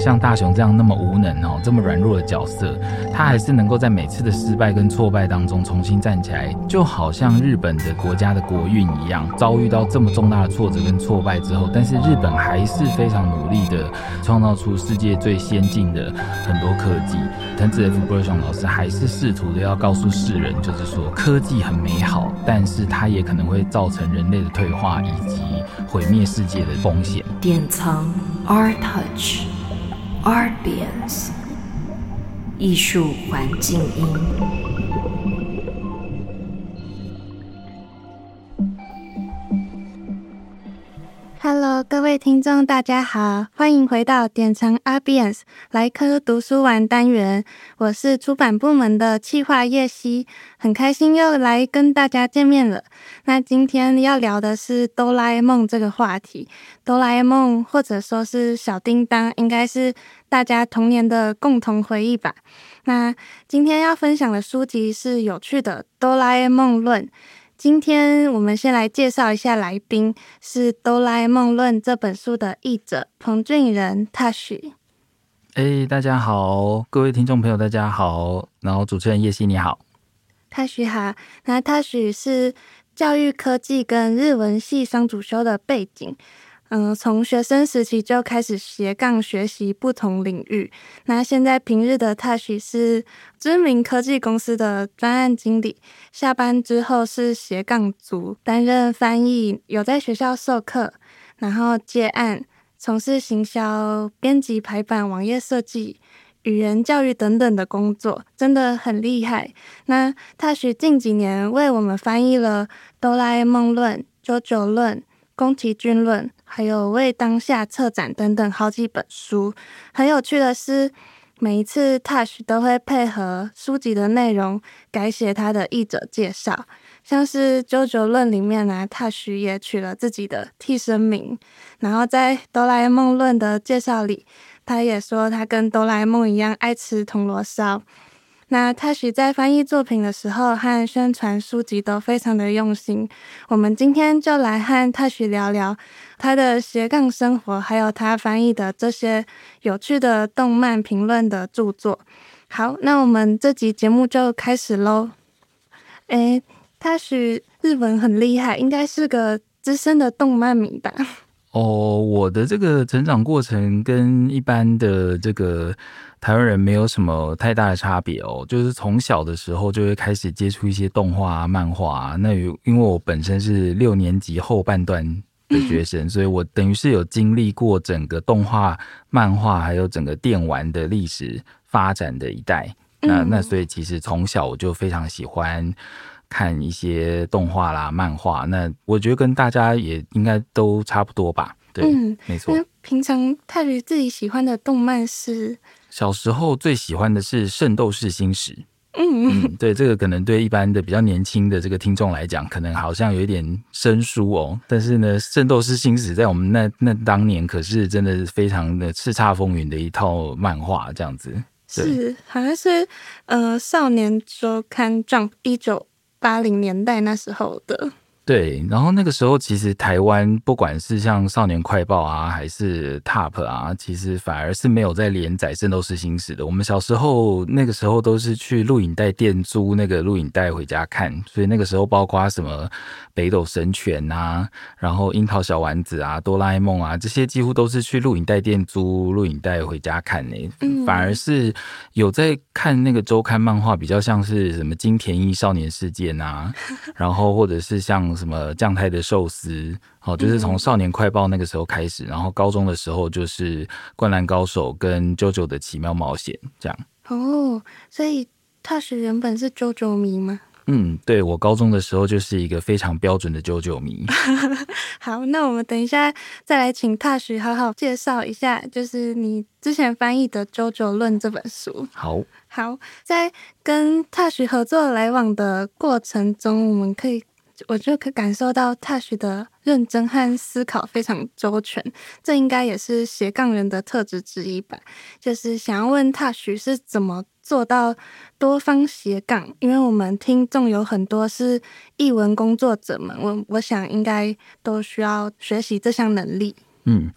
像大雄这样那么无能这么软弱的角色，他还是能够在每次的失败跟挫败当中重新站起来，就好像日本的国家的国运一样，遭遇到这么重大的挫折跟挫败之后，但是日本还是非常努力的创造出世界最先进的很多科技。藤子 F 不二雄老师还是试图的要告诉世人，就是说科技很美好，但是它也可能会造成人类的退化以及毁灭世界的风险。 典藏 Art Touch Artbience 艺术环境音。 Hello， 各位听众，大家好，欢迎回到典藏 Artbience 来科读书玩单元，我是出版部门的企划叶希，很开心又来跟大家见面了。那今天要聊的是哆啦 A 梦这个话题，哆啦 A 梦或者说是小叮当，应该是大家童年的共同回忆吧。那今天要分享的书籍是有趣的哆啦 A 梦论。今天我们先来介绍一下来宾，是《哆啦 A 梦论》这本书的译者彭俊仁 Tashi。 大家好，各位听众朋友大家好，然后主持人叶希你好。 Tashi 好，那 Tashi 是教育科技跟日文系双主修的背景。从学生时期就开始斜杠学习不同领域。那现在平日的 Tashi 是知名科技公司的专案经理，下班之后是斜杠族，担任翻译，有在学校授课，然后接案，从事行销、编辑、排版、网页设计、语言教育等等的工作，真的很厉害。那 Tashi 近几年为我们翻译了《哆啦 A 梦论》、《JoJo 论》、宫崎骏论，还有为当下策展等等好几本书。很有趣的是，每一次 Tashi 都会配合书籍的内容改写他的译者介绍，像是 JoJo 论里面Tashi 也取了自己的替身名，然后在哆啦 A 梦论的介绍里，他也说他跟哆啦 A 梦一样爱吃铜锣烧。那 Tashi 在翻译作品的时候和宣传书籍都非常的用心，我们今天就来和 Tashi 聊聊他的斜杠生活，还有他翻译的这些有趣的动漫评论的著作。好，那我们这集节目就开始咯。Tashi 日文很厉害，应该是个资深的动漫迷吧？ 我的这个成长过程跟一般的这个台湾人没有什么太大的差别就是从小的时候就会开始接触一些动画漫画那因为我本身是6年级后半段的学生，所以我等于是有经历过整个动画漫画还有整个电玩的历史发展的一代。那所以其实从小我就非常喜欢看一些动画啦漫画，那我觉得跟大家也应该都差不多吧。对，没错。 那平常Tashi自己喜欢的动漫是？ 小时候最喜欢的是《圣斗士星矢》。对，这个可能对一般的比较年轻的这个听众来讲，可能好像有一点生疏但是呢，《圣斗士星矢》在我们那当年可是真的非常的叱咤风云的一套漫画，这样子。 是，好像是少年周刊 Jump 1980年代那时候的。 对，然后那个时候其实台湾不管是像少年快报啊还是 Top 啊，其实反而是没有在连载《圣斗士星矢》的。我们小时候那个时候都是去录影带店租那个录影带回家看，所以那个时候包括什么北斗神拳啊，然后樱桃小丸子啊，哆啦 A 梦啊，这些几乎都是去录影带店租录影带回家看反而是有在看那个周刊漫画，比较像是什么金田一少年事件啊，然后或者是像什么酱太的寿司，就是从少年快报那个时候开始，然后高中的时候就是灌篮高手跟 JoJo 的奇妙冒险这样。 所以Tashi原本是 JoJo 迷吗？ 对，我高中的时候就是一个非常标准的JoJo迷。 好，那我们等一下再来请Tashi好好介绍一下，就是你之前翻译的《JoJo 论》这本书。好，在跟Tashi合作来往的过程中，我就可以感受到Tashi的认真和思考非常周全，这应该也是斜杠人的特质之一吧。就是想要问Tashi是怎么做到多方斜杠，因为我们听众有很多是译文工作者们，我想应该都需要学习这项能力。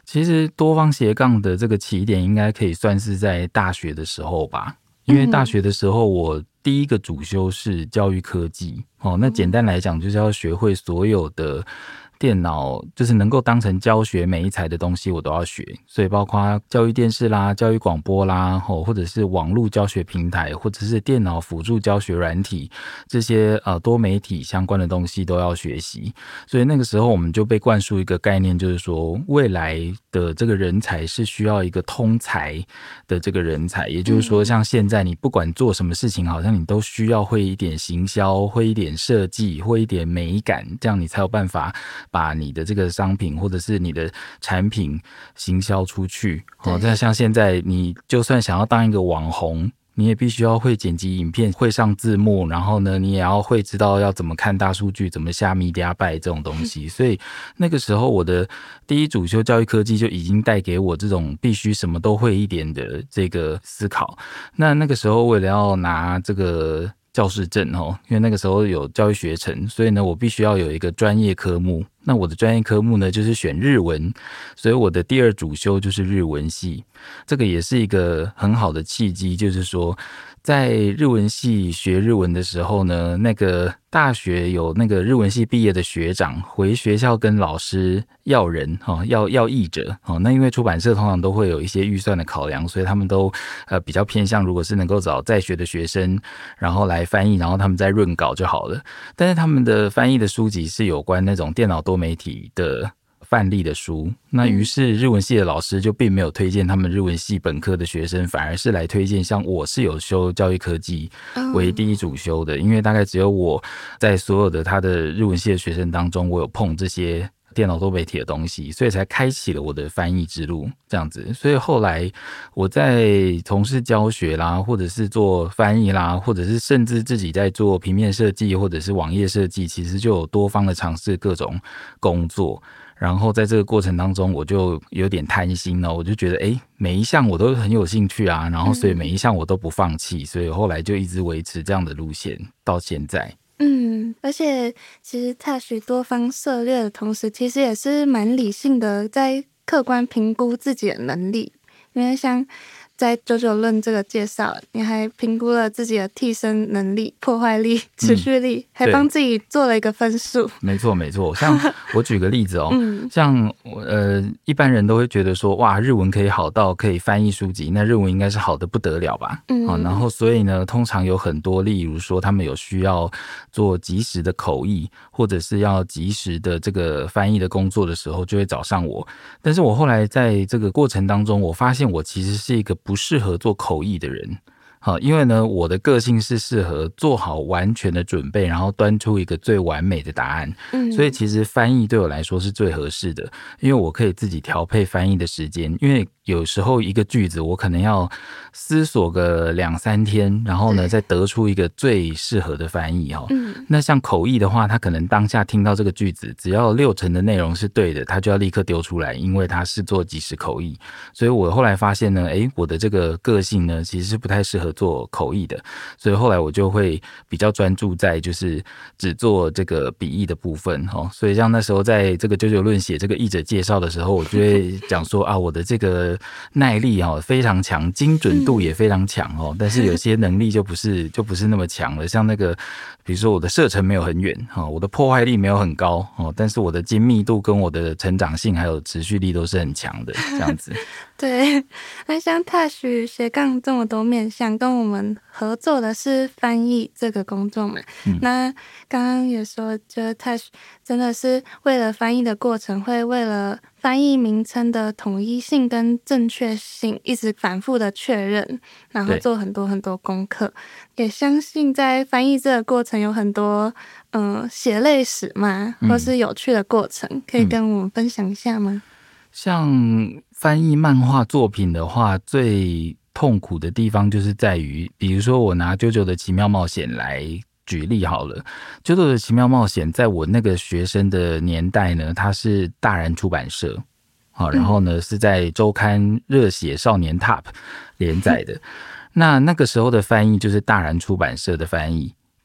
其实多方斜杠的这个起点应该可以算是在大学的时候吧，因为大学的时候我第一个主修是教育科技，那简单来讲就是要学会所有的电脑，就是能够当成教学每一材的东西我都要学，所以包括教育电视啦、教育广播啦，或者是网络教学平台，或者是电脑辅助教学软体，这些多媒体相关的东西都要学习。所以那个时候我们就被灌输一个概念，就是说未来的这个人才是需要一个通才的这个人才，也就是说像现在你不管做什么事情，好像你都需要会一点行销，会一点设计，会一点美感，这样你才有办法把你的这个商品或者是你的产品行销出去。那像现在你就算想要当一个网红，你也必须要会剪辑影片，会上字幕，然后呢你也要会知道要怎么看大数据，怎么下 media buy 这种东西。所以那个时候我的第一主修教育科技就已经带给我这种必须什么都会一点的这个思考。那个时候为了要拿这个教师证，因为那个时候有教育学程，所以呢我必须要有一个专业科目。那我的专业科目呢就是选日文，所以我的第二主修就是日文系。这个也是一个很好的契机，就是说在日文系学日文的时候呢，那个大学有那个日文系毕业的学长回学校跟老师要人，要译者。那因为出版社通常都会有一些预算的考量，所以他们都比较偏向如果是能够找在学的学生然后来翻译，然后他们再润稿就好了。但是他们的翻译的书籍是有关那种电脑多媒体的范例的书，那于是日文系的老师就并没有推荐他们日文系本科的学生，反而是来推荐像我是有修教育科技为第一主修的，因为大概只有我在所有的他的日文系的学生当中，我有碰这些电脑多媒体的东西，所以才开启了我的翻译之路这样子。所以后来我在从事教学啦，或者是做翻译啦，或者是甚至自己在做平面设计或者是网页设计，其实就有多方的尝试各种工作。然后在这个过程当中我就有点贪心了，我就觉得每一项我都很有兴趣啊，然后所以每一项我都不放弃，所以后来就一直维持这样的路线到现在。 而且其实Tash多方涉猎的同时，其实也是蛮理性的在客观评估自己的能力，因为像在九论这个介绍，你还评估了自己的替身能力、破坏力、持续力，还帮自己做了一个分数。 没错没错，像我举个例子像一般人都会觉得说，哇，日文可以好到可以翻译书籍，那日文应该是好的不得了吧？然后所以呢，通常有很多，例如说他们有需要做即时的口译，或者是要即时的这个翻译的工作的时候，就会找上我。但是我后来在这个过程当中，我发现我其实是一个不适合做口译的人。因为呢，我的个性是适合做好完全的准备，然后端出一个最完美的答案。所以其实翻译对我来说是最合适的，因为我可以自己调配翻译的时间。因为有时候一个句子我可能要思索个2-3天，然后呢再得出一个最适合的翻译。那像口译的话，他可能当下听到这个句子，只要60%的内容是对的，他就要立刻丢出来，因为他是做即时口译。所以我后来发现呢，我的这个个性呢其实是不太适合做口译的，所以后来我就会比较专注在就是只做这个笔译的部分。所以像那时候在这个九论写这个译者介绍的时候，我就会讲说啊，我的这个耐力非常强，精准度也非常强但是有些能力就不是那么强了。像那个比如说我的射程没有很远，我的破坏力没有很高，但是我的精密度跟我的成长性还有持续力都是很强的这样子。 对，那像Tash斜杠这么多面向，跟我们合作的是翻译这个工作嘛。那刚刚也说，就Tash真的是为了翻译的过程，会为了翻译名称的统一性跟正确性一直反复的确认，然后做很多很多功课。也相信在翻译这个过程有很多血泪史嘛，或是有趣的过程，可以跟我们分享一下吗？ 像翻译漫画作品的话，最痛苦的地方就是在于，比如说我拿JoJo的奇妙冒险来举例好了。JoJo的奇妙冒险在我那个学生的年代呢，它是大然出版社，然后呢是在周刊热血少年 TOP 连载的。那个时候的翻译就是大然出版社的翻译，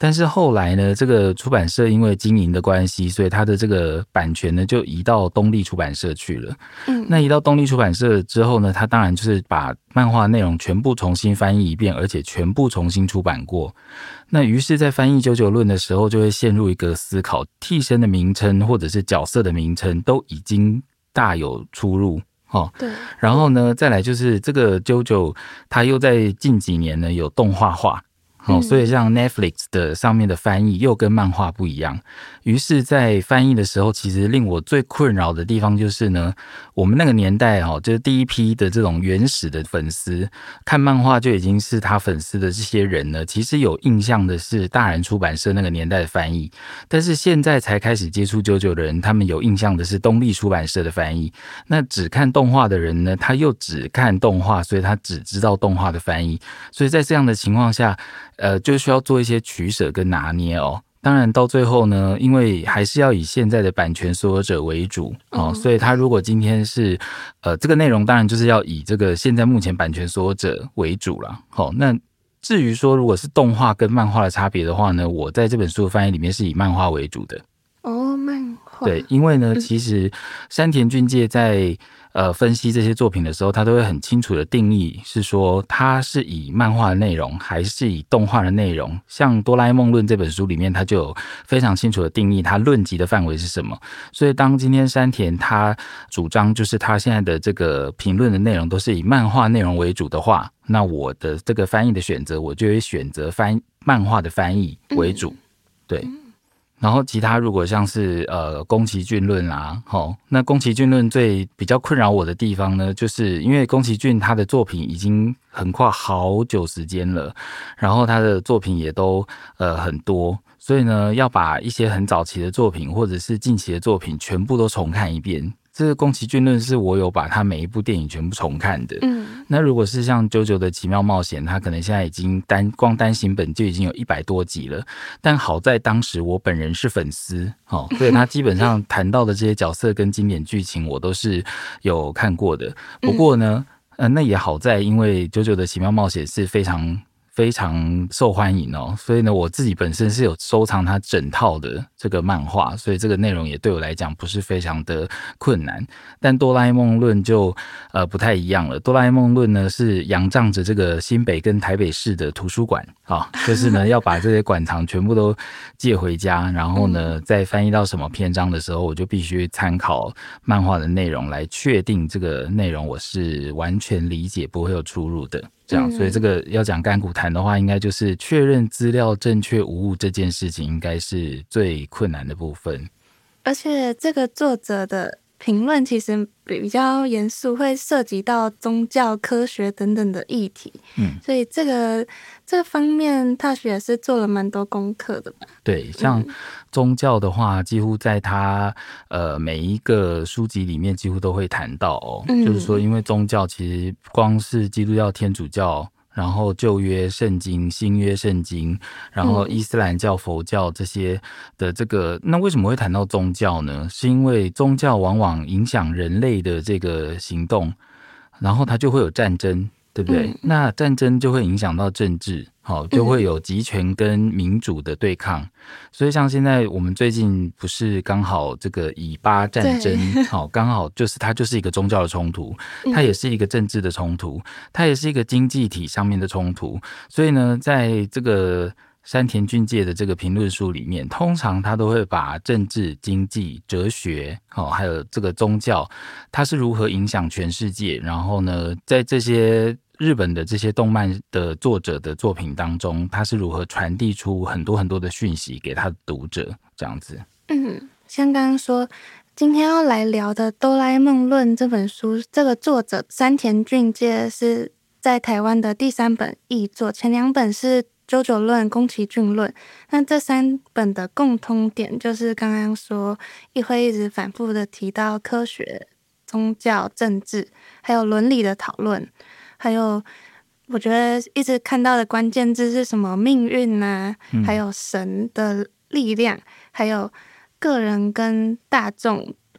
但是后来呢，这个出版社因为经营的关系，所以它的这个版权呢就移到东立出版社去了。那移到东立出版社之后呢，它当然就是把漫画内容全部重新翻译一遍，而且全部重新出版过。那于是在翻译《九九论》的时候，就会陷入一个思考，替身的名称或者是角色的名称都已经大有出入。 对。 然后呢，再来就是这个 JoJo， 它又在近几年呢有动画化。所以像 Netflix 的上面的翻译又跟漫画不一样，于是在翻译的时候，其实令我最困扰的地方就是呢，我们那个年代就是第一批的这种原始的粉丝看漫画就已经是他粉丝的这些人呢，其实有印象的是大人出版社那个年代的翻译，但是现在才开始接触JoJo的人，他们有印象的是东立出版社的翻译。那只看动画的人呢，他又只看动画，所以他只知道动画的翻译，所以在这样的情况下就需要做一些取舍跟拿捏哦。当然到最后呢，因为还是要以现在的版权所有者为主所以他如果今天是这个内容当然就是要以这个现在目前版权所有者为主啦。那至于说如果是动画跟漫画的差别的话呢，我在这本书的翻译里面是以漫画为主的。 漫画。 对，因为呢其实山田俊介在分析这些作品的时候，他都会很清楚的定义是说他是以漫画的内容还是以动画的内容。像《哆啦 A 梦论》这本书里面，他就有非常清楚的定义他论及的范围是什么。所以当今天山田他主张就是他现在的这个评论的内容都是以漫画内容为主的话，那我的这个翻译的选择，我就会选择漫画的翻译为主。对。然后其他如果像是宫崎骏论啦，那宫崎骏论最比较困扰我的地方呢，就是因为宫崎骏他的作品已经横跨好久时间了，然后他的作品也都很多，所以呢要把一些很早期的作品或者是近期的作品全部都重看一遍。这个宫崎骏论是我有把他每一部电影全部重看的。那如果是像JoJo的奇妙冒险，他可能现在已经光单行本就已经有100多集了，但好在当时我本人是粉丝所以他基本上谈到的这些角色跟经典剧情我都是有看过的。不过呢那也好在因为JoJo的奇妙冒险是非常受欢迎所以呢我自己本身是有收藏它整套的这个漫画，所以这个内容也对我来讲不是非常的困难。但哆啦 A 梦论就不太一样了。哆啦 A 梦论呢是仰仗着这个新北跟台北市的图书馆就是呢要把这些馆藏全部都借回家，然后呢在翻译到什么篇章的时候，我就必须参考漫画的内容来确定这个内容我是完全理解不会有出入的。这样，所以这个要讲甘苦谈的话，应该就是确认资料正确无误这件事情，应该是最困难的部分。 而且这个作者的评论其实比较严肃，会涉及到宗教、科学等等的议题。所以这个方面Tash也是做了蛮多功课的吧？对， 像宗教的话，几乎在他每一个书籍里面几乎都会谈到就是说因为宗教其实光是基督教、天主教，然后旧约圣经、新约圣经，然后伊斯兰教、佛教这些的这个，那为什么会谈到宗教呢？是因为宗教往往影响人类的这个行动，然后它就会有战争，对不对？那战争就会影响到政治，就会有集权跟民主的对抗。所以像现在我们最近不是刚好这个以巴战争，刚好就是它就是一个宗教的冲突，它也是一个政治的冲突，它也是一个经济体上面的冲突。所以呢，在这个山田俊介的这个评论书里面，通常他都会把政治、经济、哲学还有这个宗教它是如何影响全世界，然后呢在这些日本的这些动漫的作者的作品当中，他是如何传递出很多很多的讯息给他的读者，这样子。 像刚刚说今天要来聊的《哆啦 A 梦论》这本书，这个作者山田俊介是在台湾的第3本译作，前2本是JoJo论、宫崎骏论。那这3本的共通点就是刚刚说会一直反复的提到科学、宗教、政治还有伦理的讨论，还有我觉得一直看到的关键字是什么命运啊，还有神的力量，还有个人跟大众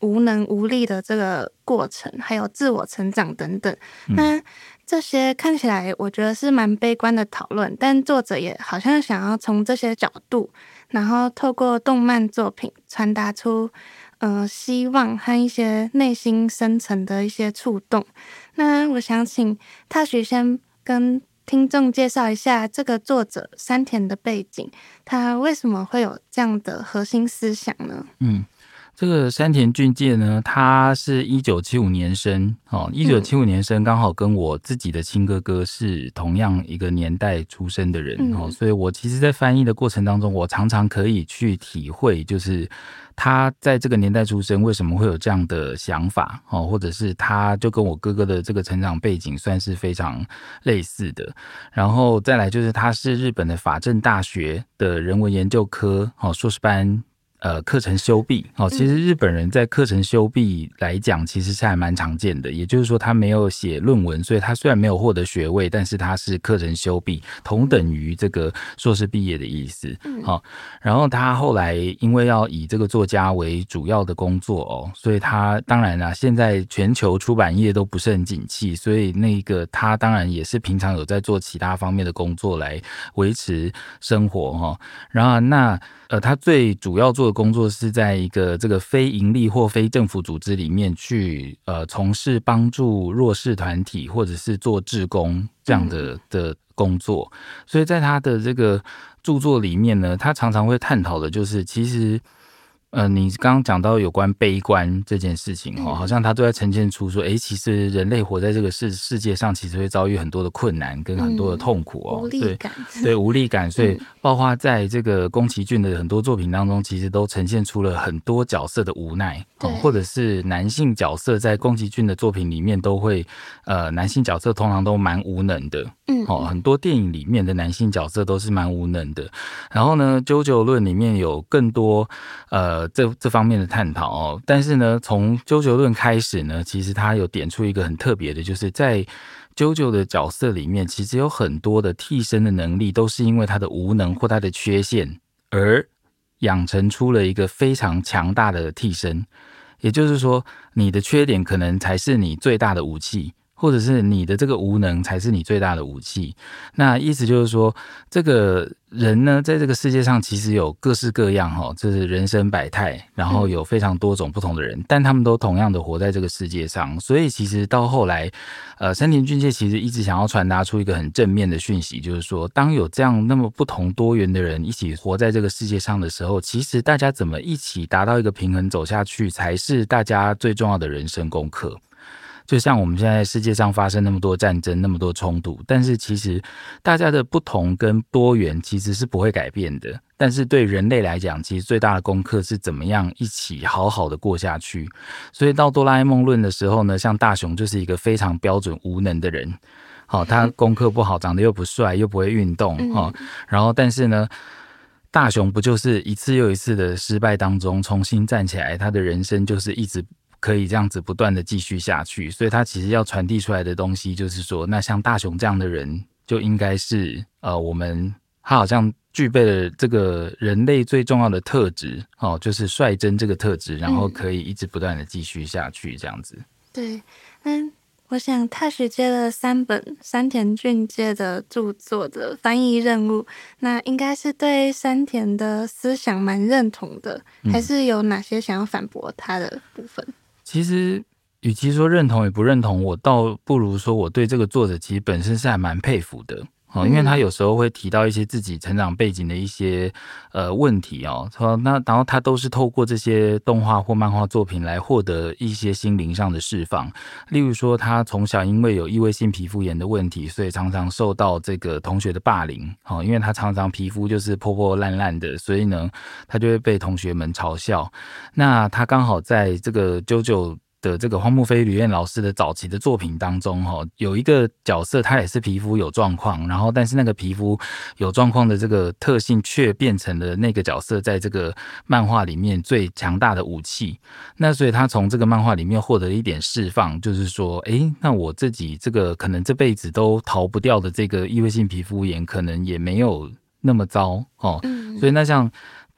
无能无力的这个过程，还有自我成长等等。那这些看起来我觉得是蛮悲观的讨论，但作者也好像想要从这些角度，然后透过动漫作品传达出希望和一些内心深层的一些触动。那我想请大许先跟听众介绍一下这个作者山田的背景，他为什么会有这样的核心思想呢？ 这个山田俊介呢，他是1975年生，1975年生刚好跟我自己的亲哥哥是同样一个年代出生的人，所以我其实在翻译的过程当中，我常常可以去体会，就是他在这个年代出生为什么会有这样的想法，或者是他就跟我哥哥的这个成长背景算是非常类似的。然后再来就是他是日本的法政大学的人文研究科硕士班课程修毕，其实日本人在课程修毕来讲其实是还蛮常见的，也就是说他没有写论文，所以他虽然没有获得学位，但是他是课程修毕，同等于这个硕士毕业的意思。然后他后来因为要以这个作家为主要的工作所以他当然啦，现在全球出版业都不是很景气，所以那个他当然也是平常有在做其他方面的工作来维持生活然后他最主要做的工作是在一个这个非营利或非政府组织里面去从事帮助弱势团体或者是做志工这样的工作。所以在他的这个著作里面呢，他常常会探讨的就是其实你刚刚讲到有关悲观这件事情好像他都在呈现出说其实人类活在这个世界上其实会遭遇很多的困难跟很多的痛苦无力感。 对无力感，所以包括在这个宫崎骏的很多作品当中，其实都呈现出了很多角色的无奈或者是男性角色在宫崎骏的作品里面都会男性角色通常都蛮无能的很多电影里面的男性角色都是蛮无能的。然后呢JoJo论里面有更多这方面的探讨但是呢从JoJo论开始呢，其实他有点出一个很特别的，就是在JoJo的角色里面其实有很多的替身的能力都是因为他的无能或他的缺陷而养成出了一个非常强大的替身。也就是说你的缺点可能才是你最大的武器，或者是你的这个无能才是你最大的武器。那意思就是说这个人呢在这个世界上其实有各式各样就是人生百态，然后有非常多种不同的人，但他们都同样的活在这个世界上。所以其实到后来山田俊介其实一直想要传达出一个很正面的讯息，就是说当有这样那么不同多元的人一起活在这个世界上的时候，其实大家怎么一起达到一个平衡走下去才是大家最重要的人生功课。就像我们现在世界上发生那么多战争那么多冲突，但是其实大家的不同跟多元其实是不会改变的，但是对人类来讲其实最大的功课是怎么样一起好好的过下去。所以到哆啦 A 梦论的时候呢，像大雄就是一个非常标准无能的人他功课不好，长得又不帅又不会运动然后但是呢大雄不就是一次又一次的失败当中重新站起来，他的人生就是一直可以这样子不断的继续下去。所以他其实要传递出来的东西就是说，那像大雄这样的人就应该是他好像具备了这个人类最重要的特质就是率真这个特质，然后可以一直不断的继续下去这样子。 对，我想大许接了3本山田俊介的著作的翻译任务，那应该是对山田的思想蛮认同的，还是有哪些想要反驳他的部分？ 其实与其说认同与不认同，我倒不如说我对这个作者其实本身是还蛮佩服的因为他有时候会提到一些自己成长背景的一些问题然后他都是透过这些动画或漫画作品来获得一些心灵上的释放。例如说他从小因为有异位性皮肤炎的问题，所以常常受到这个同学的霸凌因为他常常皮肤就是破破烂烂的，所以呢他就会被同学们嘲笑。那他刚好在这个JoJo的这个荒木飞吕彦老师的早期的作品当中有一个角色他也是皮肤有状况，然后但是那个皮肤有状况的这个特性却变成了那个角色在这个漫画里面最强大的武器。那所以他从这个漫画里面获得了一点释放，就是说那我自己这个可能这辈子都逃不掉的这个异位性皮肤炎可能也没有那么糟所以那像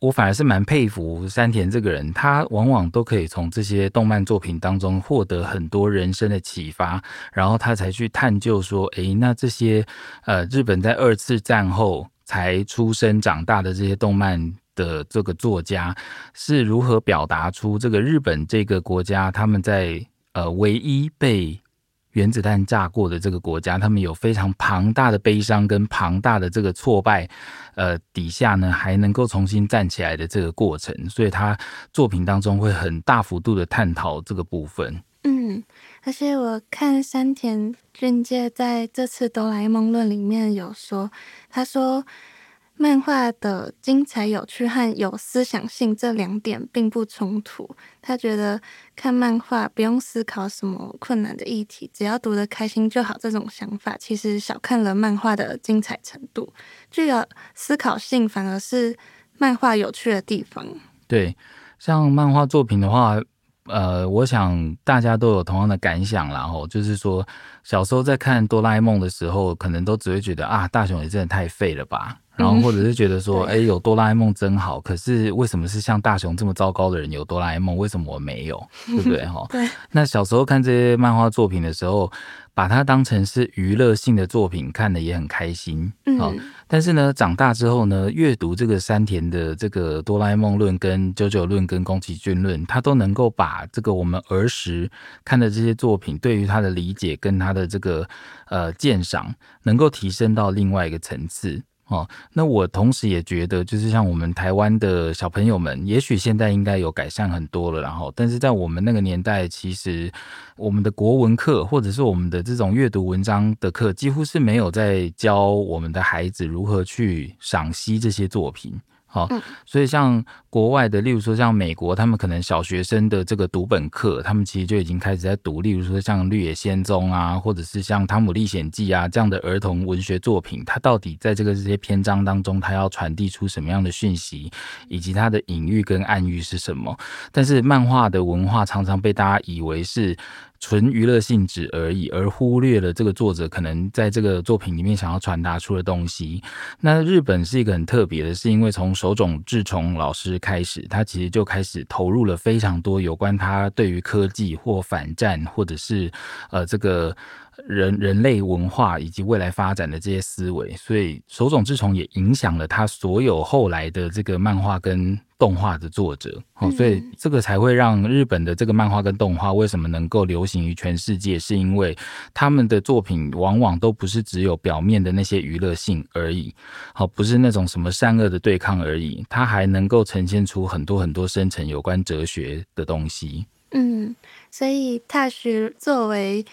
我反而是蛮佩服山田这个人，他往往都可以从这些动漫作品当中获得很多人生的启发，然后他才去探究说，那这些日本在2次战后才出生长大的这些动漫的这个作家是如何表达出这个日本这个国家他们在唯一被原子弹炸过的这个国家，他们有非常庞大的悲伤跟庞大的这个挫败，底下呢还能够重新站起来的这个过程，所以他作品当中会很大幅度的探讨这个部分。 而且我看山田俊介在这次哆啦 A 梦论里面有说，他说漫画的精彩有趣和有思想性这2点并不冲突，他觉得看漫画不用思考什么困难的议题，只要读得开心就好，这种想法其实小看了漫画的精彩程度，具有思考性反而是漫画有趣的地方。 对，像漫画作品的话，我想大家都有同样的感想啦，就是说小时候在看哆啦 A 梦的时候，可能都只会觉得大雄也真的太废了吧，然后或者是觉得说有哆啦 A 梦真好，可是为什么是像大雄这么糟糕的人有哆啦 A 梦，为什么我没有，对不对？ 对。 那小时候看这些漫画作品的时候，把它当成是娱乐性的作品看的也很开心。但是呢长大之后呢，阅读这个山田的这个哆啦 A 梦论跟九九论跟宫崎骏论，他都能够把这个我们儿时看的这些作品对于他的理解跟他的这个鉴赏能够提升到另外一个层次。那我同时也觉得，就是像我们台湾的小朋友们，也许现在应该有改善很多了，但是在我们那个年代，其实我们的国文课或者是我们的这种阅读文章的课，几乎是没有在教我们的孩子如何去赏析这些作品。所以像国外的，例如说像美国，他们可能小学生的这个读本课，他们其实就已经开始在读，例如说像《绿野仙踪》啊，或者是像《汤姆历险记》啊这样的儿童文学作品，它到底在这些篇章当中，它要传递出什么样的讯息，以及它的隐喻跟暗喻是什么。但是漫画的文化常常被大家以为是纯娱乐性质而已，而忽略了这个作者可能在这个作品里面想要传达出的东西。那日本是一个很特别的，是因为从手冢治虫老师开始，他其实就开始投入了非常多有关他对于科技或反战或者是这个人类文化以及未来发展的这些思维，所以手冢治虫也影响了他所有后来的这个漫画跟动画的作者。所以这个才会让日本的这个漫画跟动画为什么能够流行于全世界，是因为他们的作品往往都不是只有表面的那些娱乐性而已，不是那种什么善恶的对抗而已，它还能够呈现出很多很多深层有关哲学的东西。 所以Tash作为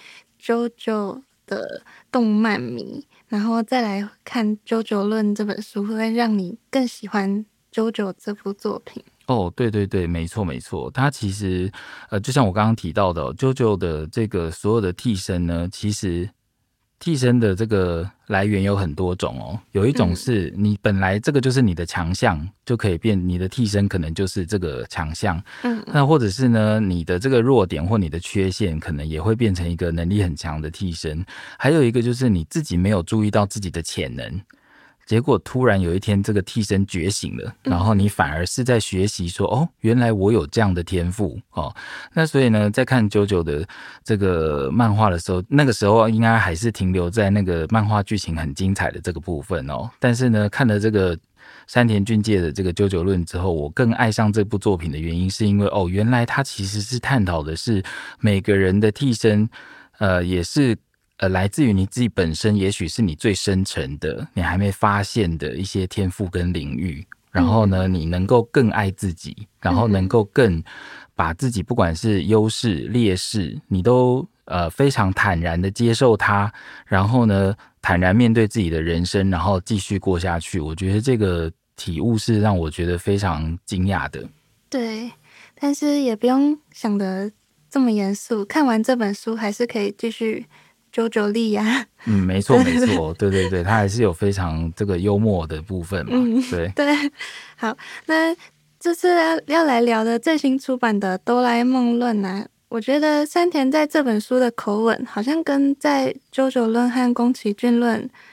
JoJo 的动漫迷，然后再来看《JoJo 论》这本书，会让你更喜欢 JoJo 这部作品。 对对对，没错没错，它其实就像我刚刚提到的JoJo 的这个所有的替身呢，其实替身的这个来源有很多种有一种是你本来这个就是你的强项，就可以变你的替身可能就是这个强项，那或者是呢你的这个弱点或你的缺陷可能也会变成一个能力很强的替身，还有一个就是你自己没有注意到自己的潜能，结果突然有一天这个替身觉醒了，然后你反而是在学习说原来我有这样的天赋那所以呢在看JoJo的这个漫画的时候，那个时候应该还是停留在那个漫画剧情很精彩的这个部分但是呢看了这个山田俊介的这个JoJo论之后，我更爱上这部作品的原因是因为原来它其实是探讨的是每个人的替身也是来自于你自己本身，也许是你最深层的你还没发现的一些天赋跟领域，然后呢你能够更爱自己，然后能够更把自己不管是优势劣势你都非常坦然的接受它，然后呢坦然面对自己的人生，然后继续过下去。我觉得这个体悟是让我觉得非常惊讶的。 对，但是也不用想得这么严肃，看完这本书还是可以继续JoJo力呀。 没错没错，对对对，它还是有非常这个幽默的部分嘛。对对。好，那这次要来聊的最新出版的哆啦 A 梦论啊，我觉得山田在这本书的口吻好像跟在JoJo论和宫崎骏论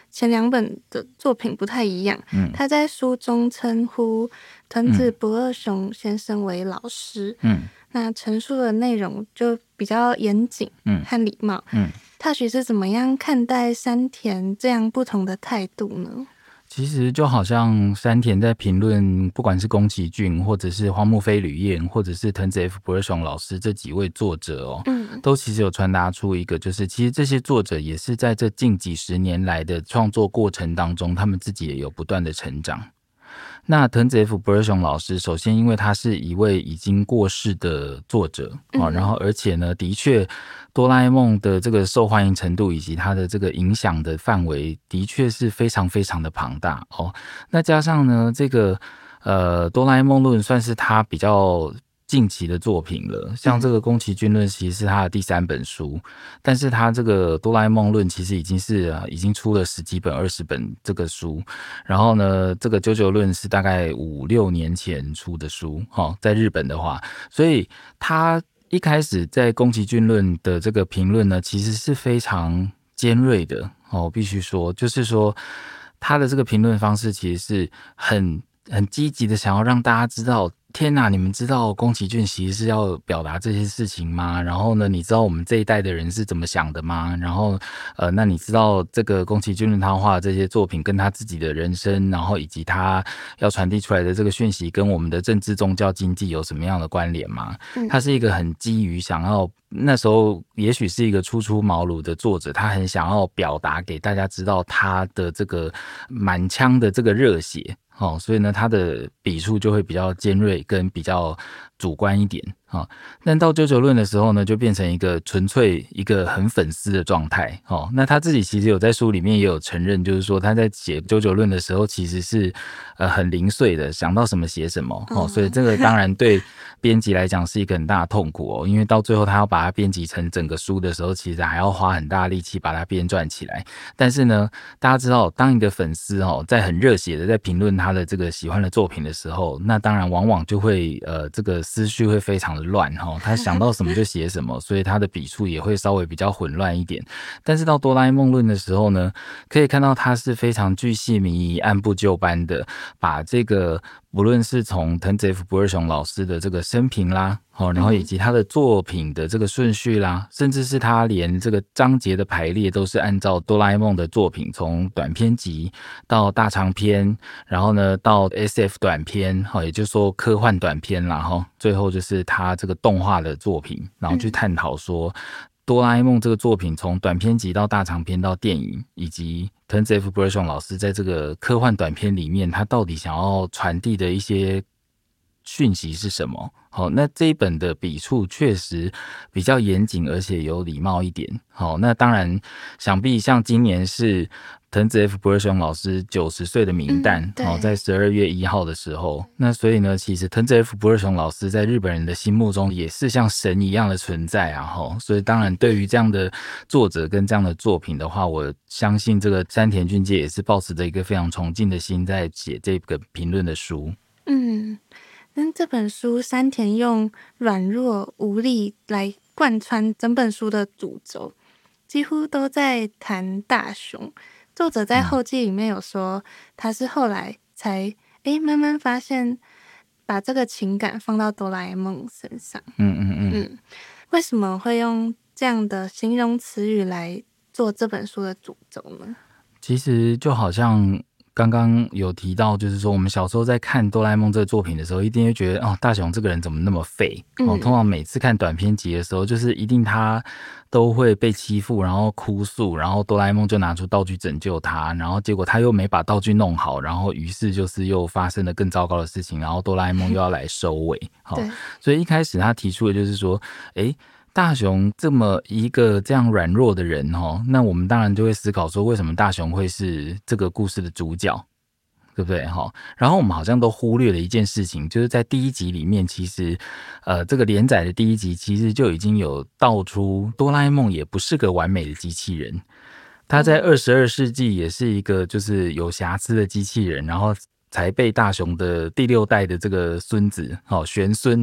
前2本的作品不太一样。他在书中称呼藤子不二雄先生为老师，那陈述的内容就比较严谨和礼貌。Touch 是怎么样看待山田这样不同的态度呢？ 其实就好像山田在评论不管是宫崎骏或者是荒木飞吕彦或者是藤子 F 不二雄老师这几位作者都其实有传达出一个，就是其实这些作者也是在这近几十年来的创作过程当中，他们自己也有不断的成长。那藤子 F 不二雄老师首先因为他是一位已经过世的作者然后而且呢的确哆啦 A 梦的这个受欢迎程度以及他的这个影响的范围的确是非常非常的庞大那加上呢这个哆啦 A 梦论算是他比较近期的作品了，像这个宫崎骏论其实是他的第3本书，但是他这个哆啦 A 梦论其实已经出了10几本20本这个书，然后呢这个九九论是大概5、6年前出的书在日本的话，所以他一开始在宫崎骏论的这个评论呢其实是非常尖锐的必须说，就是说他的这个评论方式其实是很积极的想要让大家知道，天哪，你们知道宫崎骏其实是要表达这些事情吗？然后呢，你知道我们这一代的人是怎么想的吗？然后那你知道这个宫崎骏他画的这些作品跟他自己的人生，然后以及他要传递出来的这个讯息跟我们的政治宗教经济有什么样的关联吗？他是一个很基于想要，那时候也许是一个初出茅庐的作者，他很想要表达给大家知道他的这个满腔的这个热血所以呢他的笔触就会比较尖锐跟比较主观一点但到九九论的时候呢就变成一个纯粹一个很粉丝的状态那他自己其实有在书里面也有承认，就是说他在写九九论的时候其实是很零碎的，想到什么写什么所以这个当然对编辑来讲是一个很大的痛苦因为到最后他要把它编辑成整个书的时候，其实还要花很大的力气把它编撰起来。但是呢大家知道当一个粉丝在很热血的在评论他的这个喜欢的作品的时候，那当然往往就会这个思绪会非常的乱他想到什么就写什么，所以他的笔触也会稍微比较混乱一点。但是到哆啦 A 梦论的时候呢，可以看到他是非常巨细靡遗按部就班的把这个不论是从藤子 F 不二雄老师的这个生平啦然后以及他的作品的这个顺序啦，甚至是他连这个章节的排列都是按照哆啦 A 梦的作品从短篇集到大长篇，然后呢到 SF 短篇也就是说科幻短篇啦最后就是他这个动画的作品，然后去探讨说哆啦 A 梦这个作品从短篇集到大长篇到电影，以及藤子 F 不二雄老师在这个科幻短篇里面他到底想要传递的一些讯息是什么。那这一本的笔触确实比较严谨而且有礼貌一点。那当然想必像今年是藤子 F 不二雄老师90岁的冥诞在12月1号的时候，那所以呢其实藤子 F 不二雄老师在日本人的心目中也是像神一样的存在所以当然对于这样的作者跟这样的作品的话，我相信这个山田俊介也是抱持着一个非常崇敬的心在写这个评论的书。 但这本书山田用软弱无力来贯穿整本书的主轴，几乎都在谈大雄。作者在后记里面有说他是后来才慢慢发现把这个情感放到哆啦 A 梦身上。为什么会用这样的形容词语来做这本书的主轴呢？ 其实就好像刚刚有提到，就是说我们小时候在看哆啦 A 梦这个作品的时候，一定会觉得大雄这个人怎么那么废通常每次看短篇集的时候，就是一定他都会被欺负，然后哭诉，然后哆啦 A 梦就拿出道具拯救他，然后结果他又没把道具弄好，然后于是就是又发生了更糟糕的事情，然后哆啦 A 梦又要来收尾所以一开始他提出的就是说大雄这么一个这样软弱的人那我们当然就会思考说，为什么大雄会是这个故事的主角，对不对然后我们好像都忽略了一件事情，就是在第1集里面，其实这个连载的第1集其实就已经有道出哆啦 A 梦也不是个完美的机器人，他在22世纪也是一个就是有瑕疵的机器人，然后才被大雄的第6代的这个孙子玄孙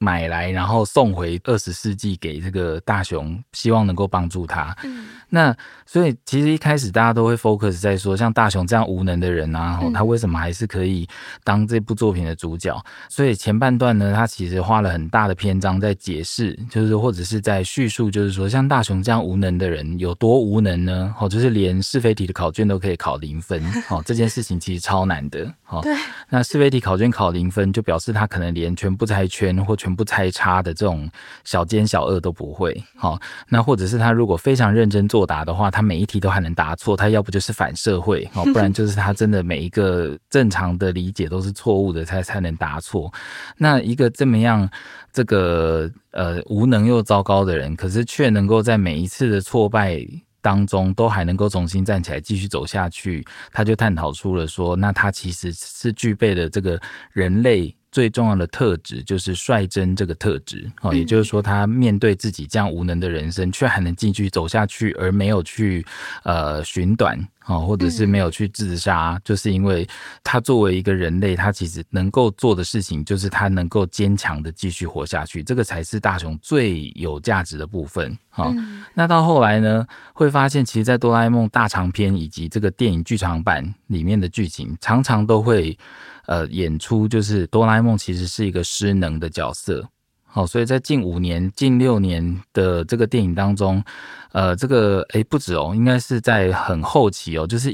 买来然后送回20世纪给这个大雄，希望能够帮助他。那所以其实一开始大家都会 focus 在说像大雄这样无能的人啊，他为什么还是可以当这部作品的主角。所以前半段呢，他其实花了很大的篇章在解释，就是或者是在叙述，就是说像大雄这样无能的人有多无能呢，就是连是非题的考卷都可以考0分，这件事情其实超难的。 对， 那是非题考卷考0分，就表示他可能连全部猜圈或全部猜叉的这种小奸小恶都不会。那或者是他如果非常认真作答的话，他每一题都还能答错，他要不就是反社会，不然就是他真的每一个正常的理解都是错误的才能答错。那一个这么样这个无能又糟糕的人，可是却能够在每一次的挫败当中都还能够重新站起来继续走下去，他就探讨出了说，那他其实是具备了这个人类最重要的特质，就是率真这个特质。也就是说他面对自己这样无能的人生却还能继续走下去，而没有去寻短或者是没有去自杀，就是因为他作为一个人类，他其实能够做的事情就是他能够坚强的继续活下去，这个才是大雄最有价值的部分。那到后来呢，会发现其实在哆啦 A 梦大长篇以及这个电影剧场版里面的剧情常常都会演出就是哆啦 A 梦其实是一个失能的角色。所以在近5年近6年的这个电影当中，这个不止应该是在很后期就是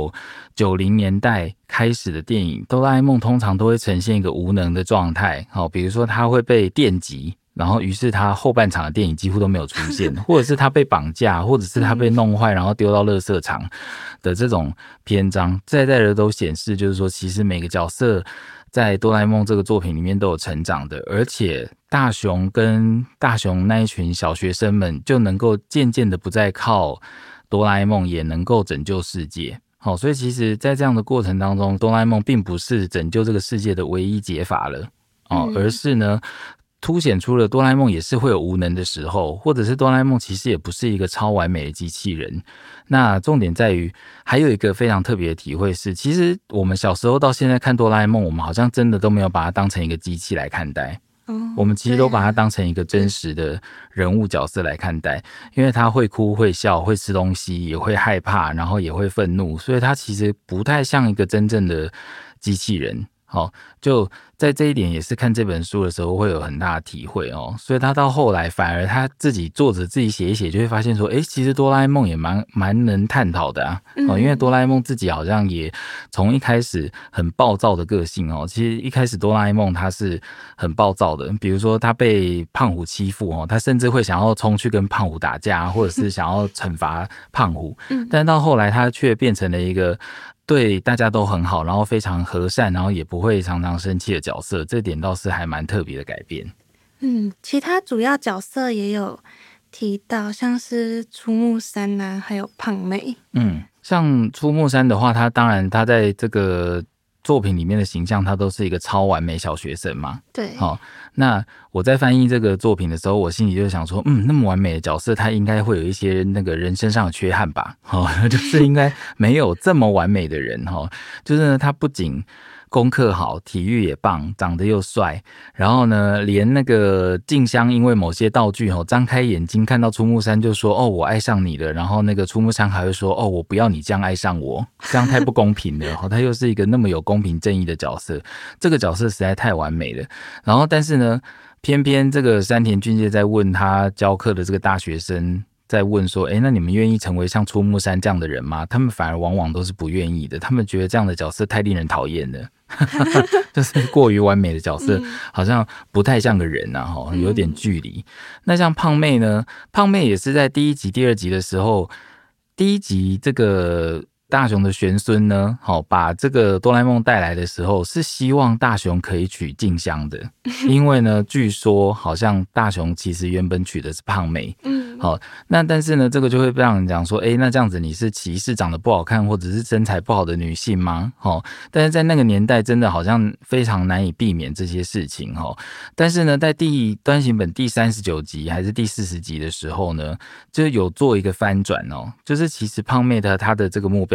1990年代开始的电影，哆啦 A 梦通常都会呈现一个无能的状态。比如说他会被电击，然后于是他后半场的电影几乎都没有出现，或者是他被绑架，或者是他被弄坏然后丢到垃圾场的这种篇章，在的都显示就是说其实每个角色在哆啦 A 梦这个作品里面都有成长的，而且大雄跟大雄那一群小学生们就能够渐渐的不再靠哆啦 A 梦也能够拯救世界。所以其实在这样的过程当中，哆啦 A 梦并不是拯救这个世界的唯一解法了，而是呢凸显出了哆啦 A 梦也是会有无能的时候，或者是哆啦 A 梦其实也不是一个超完美的机器人。那重点在于还有一个非常特别的体会是，其实我们小时候到现在看哆啦 A 梦，我们好像真的都没有把它当成一个机器来看待，我们其实都把它当成一个真实的人物角色来看待，因为他会哭会笑会吃东西也会害怕然后也会愤怒，所以他其实不太像一个真正的机器人。就在这一点也是看这本书的时候会有很大的体会所以他到后来反而他自己作者自己写一写就会发现说其实哆啦 A 梦也蛮能探讨的啊，因为哆啦 A 梦自己好像也从一开始很暴躁的个性其实一开始哆啦 A 梦他是很暴躁的，比如说他被胖虎欺负他甚至会想要冲去跟胖虎打架，或者是想要惩罚胖虎，但到后来他却变成了一个对大家都很好，然后非常和善，然后也不会常常生气的角色，这点倒是还蛮特别的改变。 其他主要角色也有提到，像是出木山啊，还有胖妹。 像出木山的话，他当然他在这个作品里面的形象，他都是一个超完美小学生嘛。 对。 那我在翻译这个作品的时候，我心里就想说，那么完美的角色，他应该会有一些那个人身上的缺憾吧？就是应该没有这么完美的人就是呢，他不仅功课好，体育也棒，长得又帅，然后呢，连那个静香因为某些道具张开眼睛看到出木山就说我爱上你了，然后那个出木山还会说我不要你这样爱上我，这样太不公平了他又是一个那么有公平正义的角色，这个角色实在太完美了。然后但是呢，偏偏这个山田俊介在问他教课的这个大学生在问说那你们愿意成为像出木山这样的人吗？他们反而往往都是不愿意的，他们觉得这样的角色太令人讨厌了就是过于完美的角色好像不太像个人啊，有点距离。那像胖妹呢，胖妹也是在第1集第2集的时候，第1集这个大雄的玄孙呢把这个哆啦 A 梦带来的时候是希望大雄可以娶静香的，因为呢据说好像大雄其实原本娶的是胖妹。那但是呢这个就会让人讲说那这样子你是歧视长得不好看或者是身材不好的女性吗？但是在那个年代真的好像非常难以避免这些事情但是呢在单行本第39集还是第40集的时候呢，就有做一个翻转就是其实胖妹她的这个目标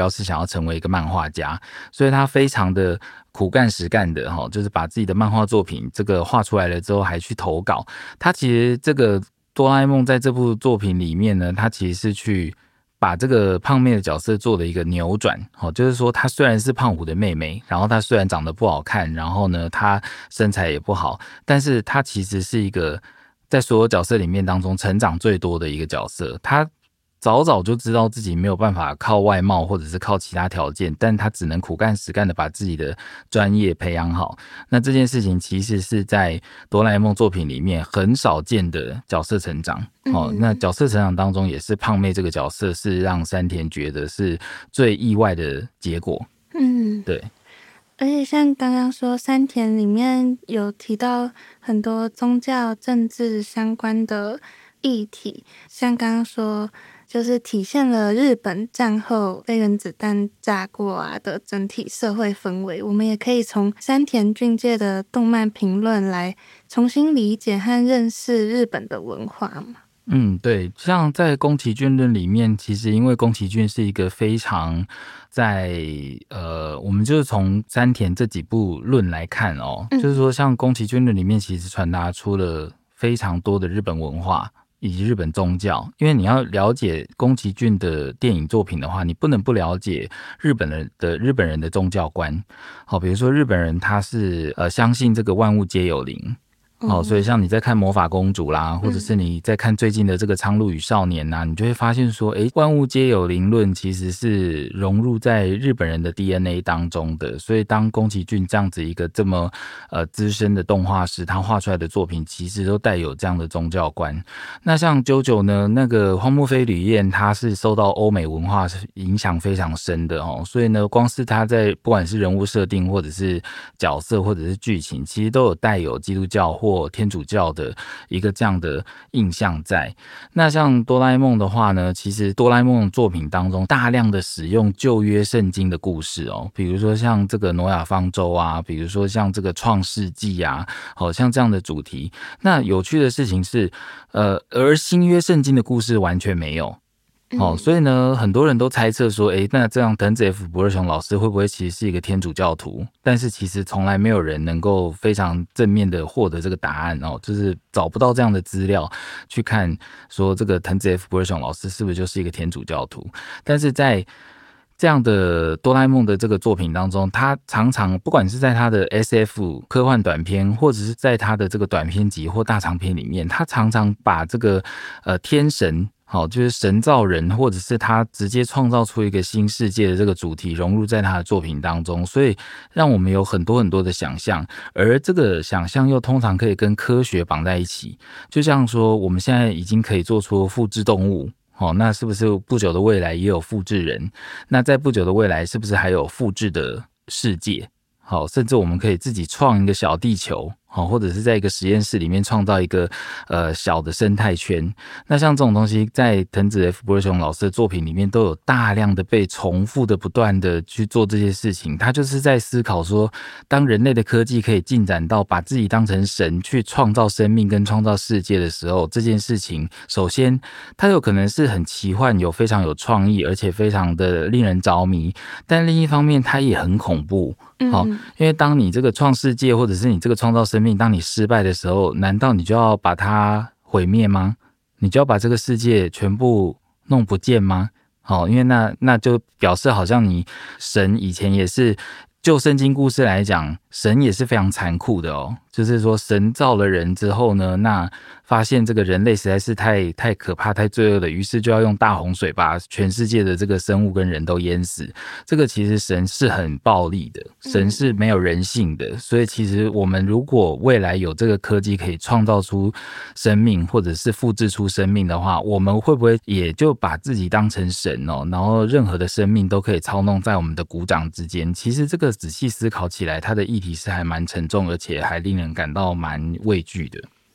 标是想要成为一个漫画家，所以他非常的苦干实干的就是把自己的漫画作品这个画出来了之后还去投稿。他其实这个哆啦 A 梦在这部作品里面呢，他其实是去把这个胖妹的角色做了一个扭转，就是说她虽然是胖虎的妹妹，然后她虽然长得不好看，然后呢她身材也不好，但是她其实是一个在所有角色里面当中成长最多的一个角色。她早早就知道自己没有办法靠外貌或者是靠其他条件，但他只能苦干实干的把自己的专业培养好。那这件事情其实是在哆啦 A 梦作品里面很少见的角色成长。那角色成长当中也是胖妹这个角色是让山田觉得是最意外的结果。对。 而且像刚刚说山田里面有提到很多宗教政治相关的议题，像刚刚说就是体现了日本战后被原子弹炸过的整体社会氛围。我们也可以从山田俊介的动漫评论来重新理解和认识日本的文化嘛。 对，像在宫崎骏论里面，其实因为宫崎骏是一个非常我们就是从山田这几部论来看就是说像宫崎骏论里面其实传达出了非常多的日本文化以及日本宗教。因为你要了解宫崎骏的电影作品的话，你不能不了解日本人的宗教观。比如说日本人他是相信这个万物皆有灵。所以像你在看魔法公主啦，或者是你在看最近的这个苍鹭与少年你就会发现说万物皆有灵论其实是融入在日本人的 DNA 当中的。所以当宫崎骏这样子一个这么资深的动画师，他画出来的作品其实都带有这样的宗教观。那像 JoJo 呢，那个荒木飞吕彦他是受到欧美文化影响非常深的所以呢光是他在不管是人物设定或者是角色或者是剧情，其实都有带有基督教或天主教的一个这样的印象在。那像哆啦 A 梦的话呢，其实哆啦 A 梦的作品当中大量的使用旧约圣经的故事比如说像这个挪亚方舟比如说像这个创世纪像这样的主题。那有趣的事情是而新约圣经的故事完全没有。所以呢很多人都猜测说那这样藤子 F 不二雄老师会不会其实是一个天主教徒，但是其实从来没有人能够非常正面的获得这个答案就是找不到这样的资料去看说这个藤子 F 不二雄老师是不是就是一个天主教徒。但是在这样的哆啦 A 梦的这个作品当中，他常常不管是在他的 SF 科幻短篇，或者是在他的这个短篇集或大长篇里面，他常常把这个天神就是神造人，或者是他直接创造出一个新世界的这个主题融入在他的作品当中，所以让我们有很多很多的想象，而这个想象又通常可以跟科学绑在一起。就像说我们现在已经可以做出复制动物，那是不是不久的未来也有复制人？那在不久的未来是不是还有复制的世界？甚至我们可以自己创一个小地球，或者是在一个实验室里面创造一个小的生态圈。那像这种东西在藤子 F 不二雄老师的作品里面都有大量的被重复的不断的去做这些事情。他就是在思考说，当人类的科技可以进展到把自己当成神去创造生命跟创造世界的时候，这件事情首先它有可能是很奇幻，非常有创意，而且非常的令人着迷，但另一方面它也很恐怖。因为当你这个创世界或者是你这个创造生命，当你失败的时候，难道你就要把它毁灭吗？你就要把这个世界全部弄不见吗？因为那就表示好像你神以前也是，就圣经故事来讲，神也是非常残酷的就是说神造了人之后呢，那发现这个人类实在是太可怕太罪恶了，于是就要用大洪水把全世界的这个生物跟人都淹死。这个其实神是很暴力的，神是没有人性的。所以其实我们如果未来有这个科技可以创造出生命或者是复制出生命的话，我们会不会也就把自己当成神然后任何的生命都可以操弄在我们的鼓掌之间？其实这个仔细思考起来，它的议题是还蛮沉重，而且还令人感到蛮畏惧的。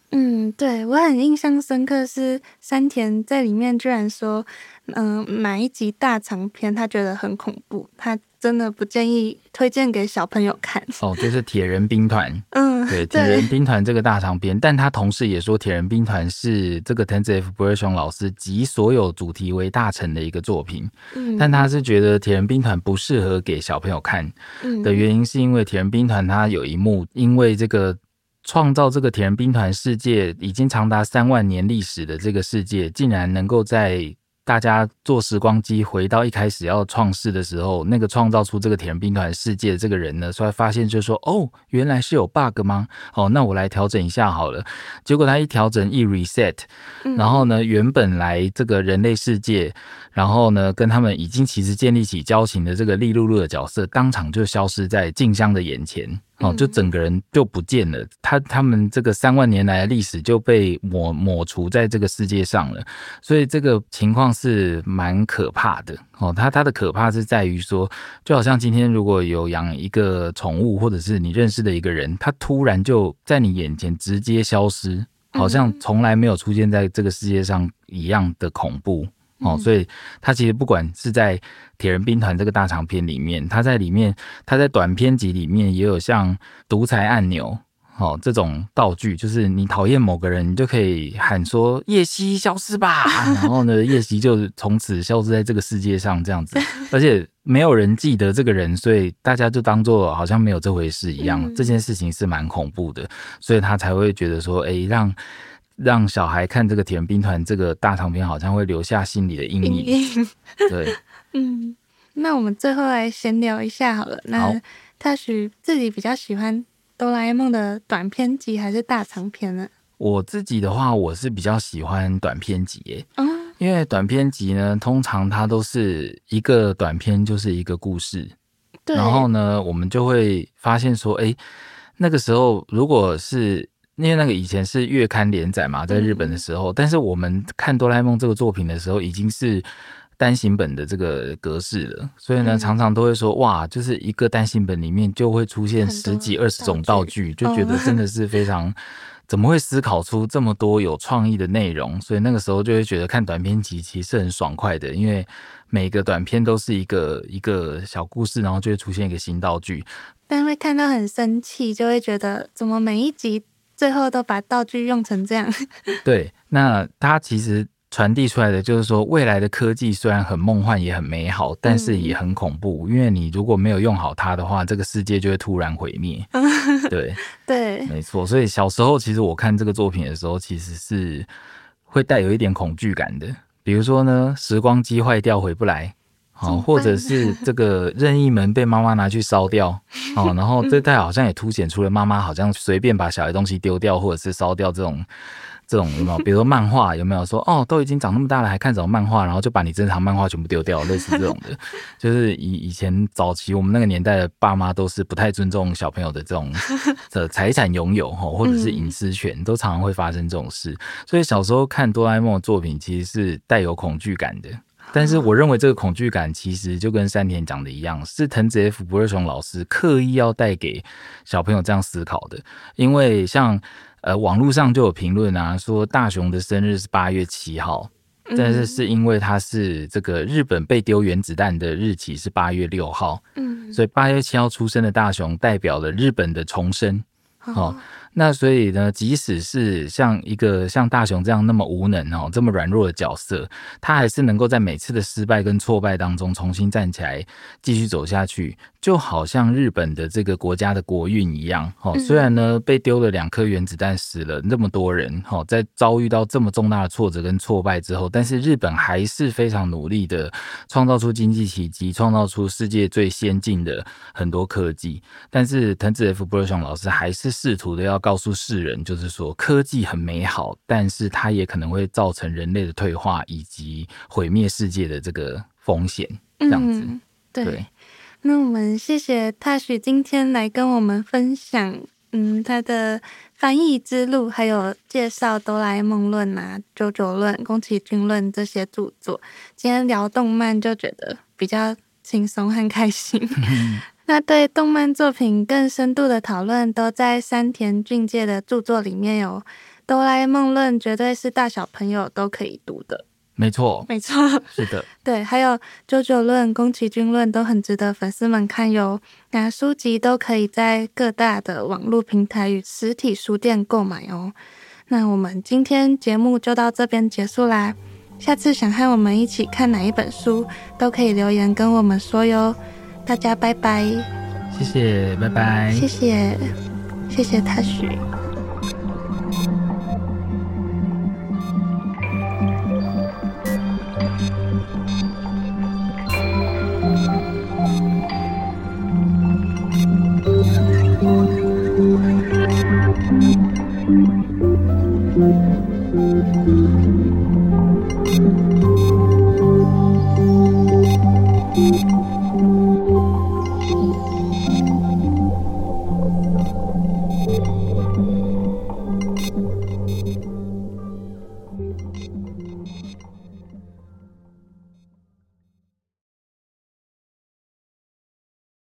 对，我很印象深刻是山田在里面居然说，哪一集大长篇他觉得很恐怖，他真的不建议推荐给小朋友看。 就是铁人兵团。对，铁人兵团这个大长篇，但他同时也说铁人兵团是这个藤子 F 不二雄老师集所有主题为大成的一个作品。但他是觉得铁人兵团不适合给小朋友看的原因，是因为铁人兵团它有一幕，因为这个创造这个铁人兵团世界已经长达3万年历史的这个世界，竟然能够在大家坐时光机回到一开始要创世的时候，那个创造出这个铁人兵团世界的这个人呢，所以发现就说原来是有 bug 吗？那我来调整一下好了。结果他一调整一 reset，然后呢，原本来这个人类世界，然后呢跟他们已经其实建立起交情的这个利露露的角色，当场就消失在静香的眼前。就整个人就不见了，他们这个3万年来的历史就被抹除在这个世界上了，所以这个情况是蛮可怕的。它的可怕是在于说，就好像今天如果有养一个宠物，或者是你认识的一个人，他突然就在你眼前直接消失，好像从来没有出现在这个世界上一样的恐怖。所以他其实不管是在铁人兵团这个大长篇里面，他在短篇集里面也有像独裁按钮这种道具，就是你讨厌某个人，你就可以喊说叶希消失吧，然后呢叶希就从此消失在这个世界上这样子，而且没有人记得这个人，所以大家就当作好像没有这回事一样。这件事情是蛮恐怖的，所以他才会觉得说让小孩看这个铁人兵团这个大长篇，好像会留下心里的阴影。对， 那我们最后来闲聊一下好了。那他许自己比较喜欢哆啦 A 梦的短篇集还是大长篇呢？ 我自己的话，我是比较喜欢短篇集耶。因为短篇集呢，通常它都是一个短篇就是一个故事。对。然后呢，我们就会发现说，那个时候如果是因为那个以前是月刊连载嘛，在日本的时候，但是我们看哆啦 A 梦这个作品的时候，已经是单行本的这个格式了，所以呢，常常都会说哇，就是一个单行本里面就会出现10几20种道具，就觉得真的是非常怎么会思考出这么多有创意的内容？所以那个时候就会觉得看短篇集其实是很爽快的，因为每个短篇都是一个小故事，然后就会出现一个新道具， 但会看到很生气，就会觉得怎么每一集最后都把道具用成这样。 对，那它其实传递出来的就是说，未来的科技虽然很梦幻也很美好，但是也很恐怖，因为你如果没有用好它的话，这个世界就会突然毁灭。对对，没错。所以小时候其实我看这个作品的时候，其实是会带有一点恐惧感的。比如说呢，时光机坏掉回不来，或者是这个任意门被妈妈拿去烧掉，然后这代好像也凸显出了妈妈好像随便把小孩东西丢掉或者是烧掉这种有没有？比如说漫画有没有说都已经长那么大了还看什么漫画，然后就把你珍藏漫画全部丢掉，类似这种的。就是以前早期我们那个年代的爸妈都是不太尊重小朋友的这种的财产拥有或者是隐私权，都常常会发生这种事。所以小时候看哆啦 A 梦的作品其实是带有恐惧感的。但是我认为这个恐惧感其实就跟山田讲的一样，是藤子 F 不二雄老师刻意要带给小朋友这样思考的。因为像网络上就有评论啊，说大雄的生日是8月7号，但是是因为他是这个日本被丢原子弹的日期是8月6号，所以8月7号出生的大雄代表了日本的重生。那所以呢，即使是像大雄这样那么无能这么软弱的角色，他还是能够在每次的失败跟挫败当中重新站起来，继续走下去，就好像日本的这个国家的国运一样。虽然呢被丢了2颗原子弹，死了那么多人，在遭遇到这么重大的挫折跟挫败之后，但是日本还是非常努力的创造出经济奇迹，创造出世界最先进的很多科技。但是藤子 F 不二雄老师还是试图的要告诉世人，就是说科技很美好，但是它也可能会造成人类的退化以及毁灭世界的这个风险，这样子。 对。那我们谢谢大许今天来跟我们分享他的翻译之路，还有介绍哆啦 A 梦论啊、九九论、宫崎骏论这些著作。今天聊动漫就觉得比较轻松和开心。那对动漫作品更深度的讨论都在山田俊介的著作里面有哆啦 A 梦论绝对是大小朋友都可以读的。 没错， 没错， 是的， 对，还有九九论、宫崎骏论都很值得粉丝们看哟。那书籍都可以在各大的网络平台与实体书店购买哦。那我们今天节目就到这边结束啦。下次想和我们一起看哪一本书，都可以留言跟我们说哟。大家拜拜， 谢谢，拜拜， 谢谢，谢谢他许。